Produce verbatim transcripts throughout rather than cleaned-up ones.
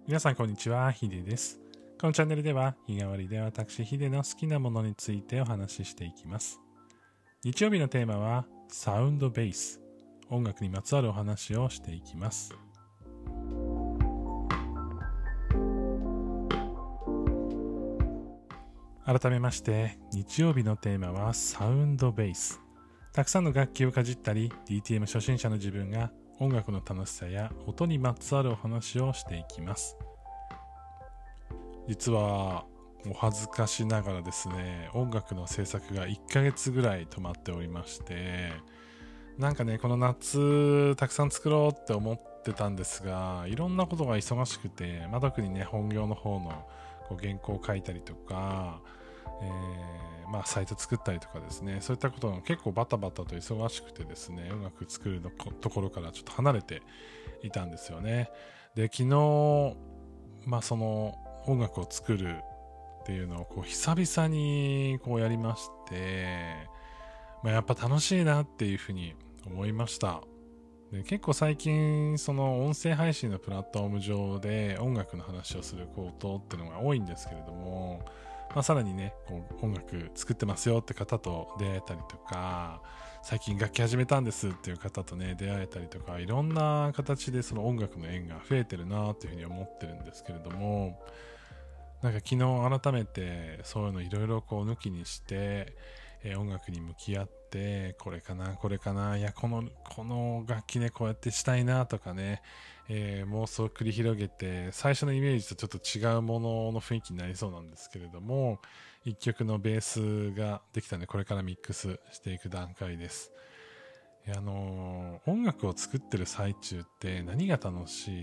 皆さんこんにちは、ヒデです。このチャンネルでは日替わりで私ヒデの好きなものについてお話ししていきます。日曜日のテーマはサウンドベース、音楽にまつわるお話をしていきます。改めまして日曜日のテーマはサウンドベース。たくさんの楽器をかじったり ディーティーエム 初心者の自分が音楽の楽しさや音にまつわるお話をしていきます。実はお恥ずかしながらですね、音楽の制作がいっかげつぐらい止まっておりまして、なんかね、この夏たくさん作ろうって思ってたんですが、いろんなことが忙しくて、まあ、特にね、本業の方のこう原稿を書いたりとか、えー、まあサイト作ったりとかですね、そういったことが結構バタバタと忙しくてですね、音楽作るのところからちょっと離れていたんですよね。で、昨日、まあその音楽を作るっていうのをこう久々にこうやりまして、まあ、やっぱ楽しいなっていうふうに思いました。で、結構最近その音声配信のプラットフォーム上で音楽の話をすることっていうのが多いんですけれども、まあ、さらにねこう音楽作ってますよって方と出会えたりとか、最近楽器始めたんですっていう方とね出会えたりとか、いろんな形でその音楽の縁が増えてるなっていうふうに思ってるんですけれども、なんか昨日改めてそういうのいろいろこう抜きにして、えー、音楽に向き合って、これかなこれかな、いやこのこの楽器ねこうやってしたいなとかね、えー、妄想を繰り広げて、最初のイメージとちょっと違うものの雰囲気になりそうなんですけれども、一曲のベースができたので、これからミックスしていく段階です。あのー、音楽を作ってる最中って何が楽しいって、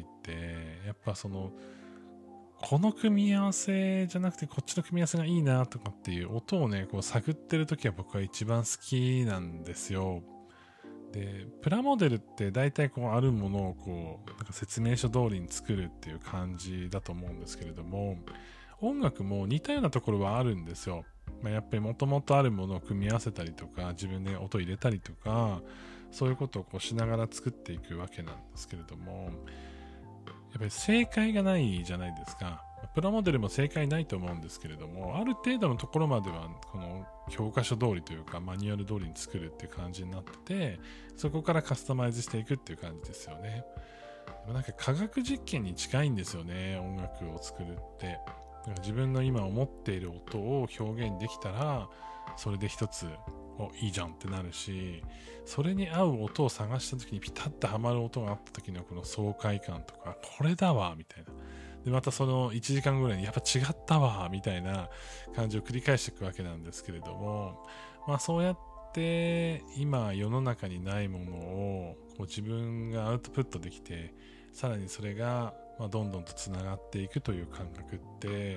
やっぱそのこの組み合わせじゃなくてこっちの組み合わせがいいなとかっていう音をねこう探ってる時は僕は一番好きなんですよ。で、プラモデルって大体こうあるものをこうなんか説明書通りに作るっていう感じだと思うんですけれども、音楽も似たようなところはあるんですよ。まあ、やっぱりもともとあるものを組み合わせたりとか、自分で音入れたりとか、そういうことをこうしながら作っていくわけなんですけれども、やっぱり正解がないじゃないですか。プラモデルも正解ないと思うんですけれども、ある程度のところまではこの教科書通りというかマニュアル通りに作るっていう感じになってて、そこからカスタマイズしていくっていう感じですよね。でもなんか科学実験に近いんですよね、音楽を作るって。だから自分の今思っている音を表現できたら、それで一つおいいじゃんってなるし、それに合う音を探した時にピタッとハマる音があった時のこの爽快感とか、これだわみたいな。でまたそのいちじかんぐらいにやっぱ違ったわみたいな感じを繰り返していくわけなんですけれども、まあそうやって今世の中にないものをこう自分がアウトプットできて、さらにそれがまあどんどんとつながっていくという感覚って、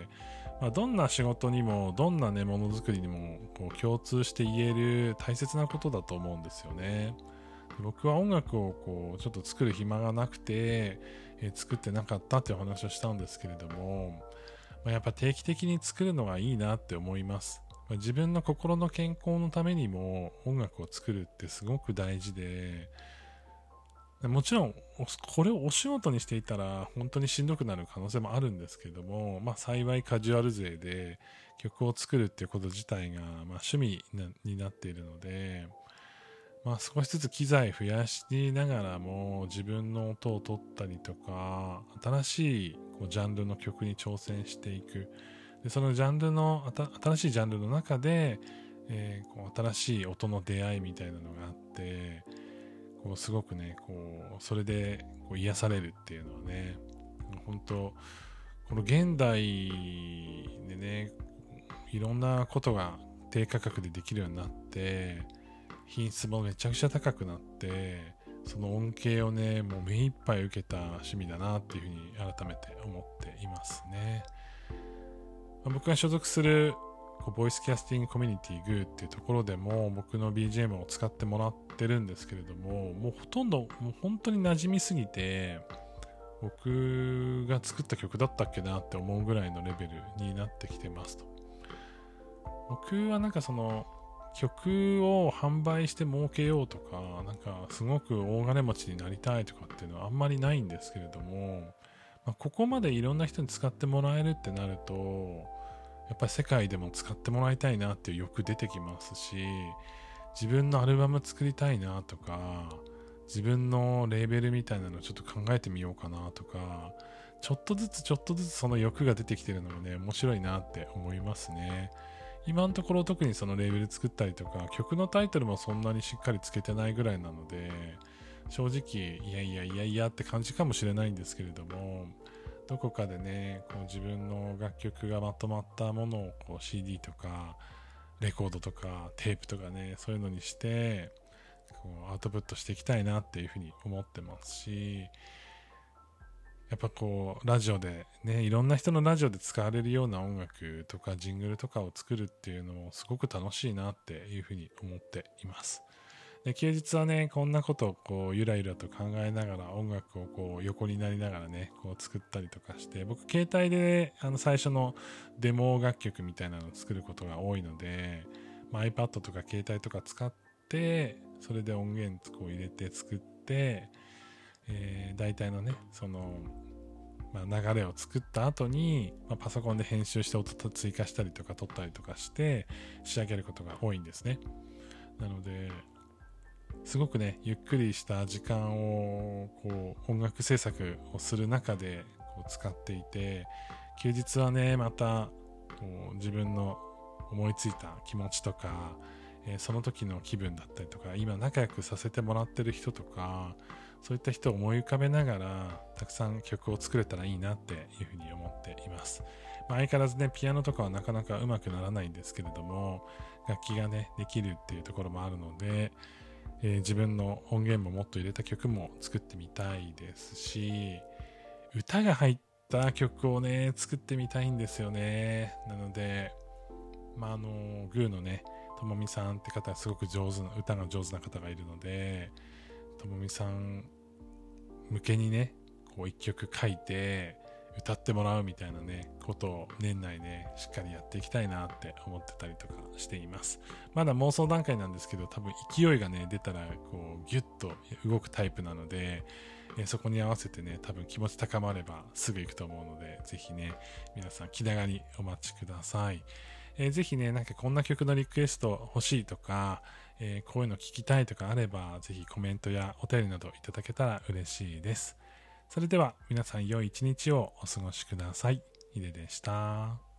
まあ、どんな仕事にもどんなねものづくりにもこう共通して言える大切なことだと思うんですよね。僕は音楽をこうちょっと作る暇がなくて、えー作ってなかったっていう話をしたんですけれども、まあ、やっぱ定期的に作るのがいいなって思います。まあ、自分の心の健康のためにも音楽を作るってすごく大事で、もちろんこれをお仕事にしていたら本当にしんどくなる可能性もあるんですけれども、まあ、幸いカジュアル勢で曲を作るっていうこと自体がまあ趣味になっているので、まあ、少しずつ機材増やしながらも自分の音を取ったりとか、新しいこうジャンルの曲に挑戦していく。でそのジャンルの新しいジャンルの中で、えー、こう新しい音の出会いみたいなのがあって、こうすごくねこうそれでこう癒されるっていうのはね、本当この現代でねいろんなことが低価格でできるようになって、品質もめちゃくちゃ高くなって、その恩恵をねもう目いっぱい受けた趣味だなっていうふうに改めて思っていますね。まあ、僕が所属するこうボイスキャスティングコミュニティグーっていうところでも僕の ビージーエム を使ってもらってるんですけれども、もうほとんどもう本当に馴染みすぎて、僕が作った曲だったっけなって思うぐらいのレベルになってきてますと。僕はなんかその曲を販売して儲けようとか、なんかすごく大金持ちになりたいとかっていうのはあんまりないんですけれども、 まあ、ここまでいろんな人に使ってもらえるってなると、やっぱり世界でも使ってもらいたいなっていう欲出てきますし、自分のアルバム作りたいなとか、自分のレーベルみたいなのをちょっと考えてみようかなとか、ちょっとずつちょっとずつその欲が出てきてるのもね、面白いなって思いますね。今のところ特にそのレーベル作ったりとか、曲のタイトルもそんなにしっかりつけてないぐらいなので、正直いやいやいやいやって感じかもしれないんですけれども、どこかでね、こう自分の楽曲がまとまったものをこう シーディー とかレコードとかテープとかね、そういうのにしてこうアウトプットしていきたいなっていうふうに思ってますし、やっぱこうラジオでね、いろんな人のラジオで使われるような音楽とかジングルとかを作るっていうのもすごく楽しいなっていうふうに思っています。で、休日はね、こんなことをこうゆらゆらと考えながら音楽をこう横になりながらね、こう作ったりとかして、僕携帯であの最初のデモ楽曲みたいなのを作ることが多いので、まあ、iPad とか携帯とか使ってそれで音源こう入れて作って、えー、大体のねその、まあ、流れを作った後に、まあ、パソコンで編集して音と追加したりとか撮ったりとかして仕上げることが多いんですね。なのですごくねゆっくりした時間をこう音楽制作をする中でこう使っていて、休日はねまたこう自分の思いついた気持ちとか、えー、その時の気分だったりとか、今仲良くさせてもらってる人とか、そういった人を思い浮かべながらたくさん曲を作れたらいいなっていうふうに思っています。まあ、相変わらずねピアノとかはなかなかうまくならないんですけれども、楽器がねできるっていうところもあるので、えー、自分の音源ももっと入れた曲も作ってみたいですし、歌が入った曲をね作ってみたいんですよね。なのでまああのグーのねともみさんって方はすごく上手な歌が上手な方がいるので、ともみさん向けにねこう一曲書いて歌ってもらうみたいなねことを年内ねしっかりやっていきたいなって思ってたりとかしています。まだ妄想段階なんですけど、多分勢いがね出たらこうギュッと動くタイプなので、えー、そこに合わせてね多分気持ち高まればすぐ行くと思うので、ぜひね皆さん気長にお待ちください。えー、ぜひねなんかこんな曲のリクエスト欲しいとか、えー、こういうの聞きたいとかあれば、ぜひコメントやお便りなどいただけたら嬉しいです。それでは皆さん良い一日をお過ごしください。ヒデでした。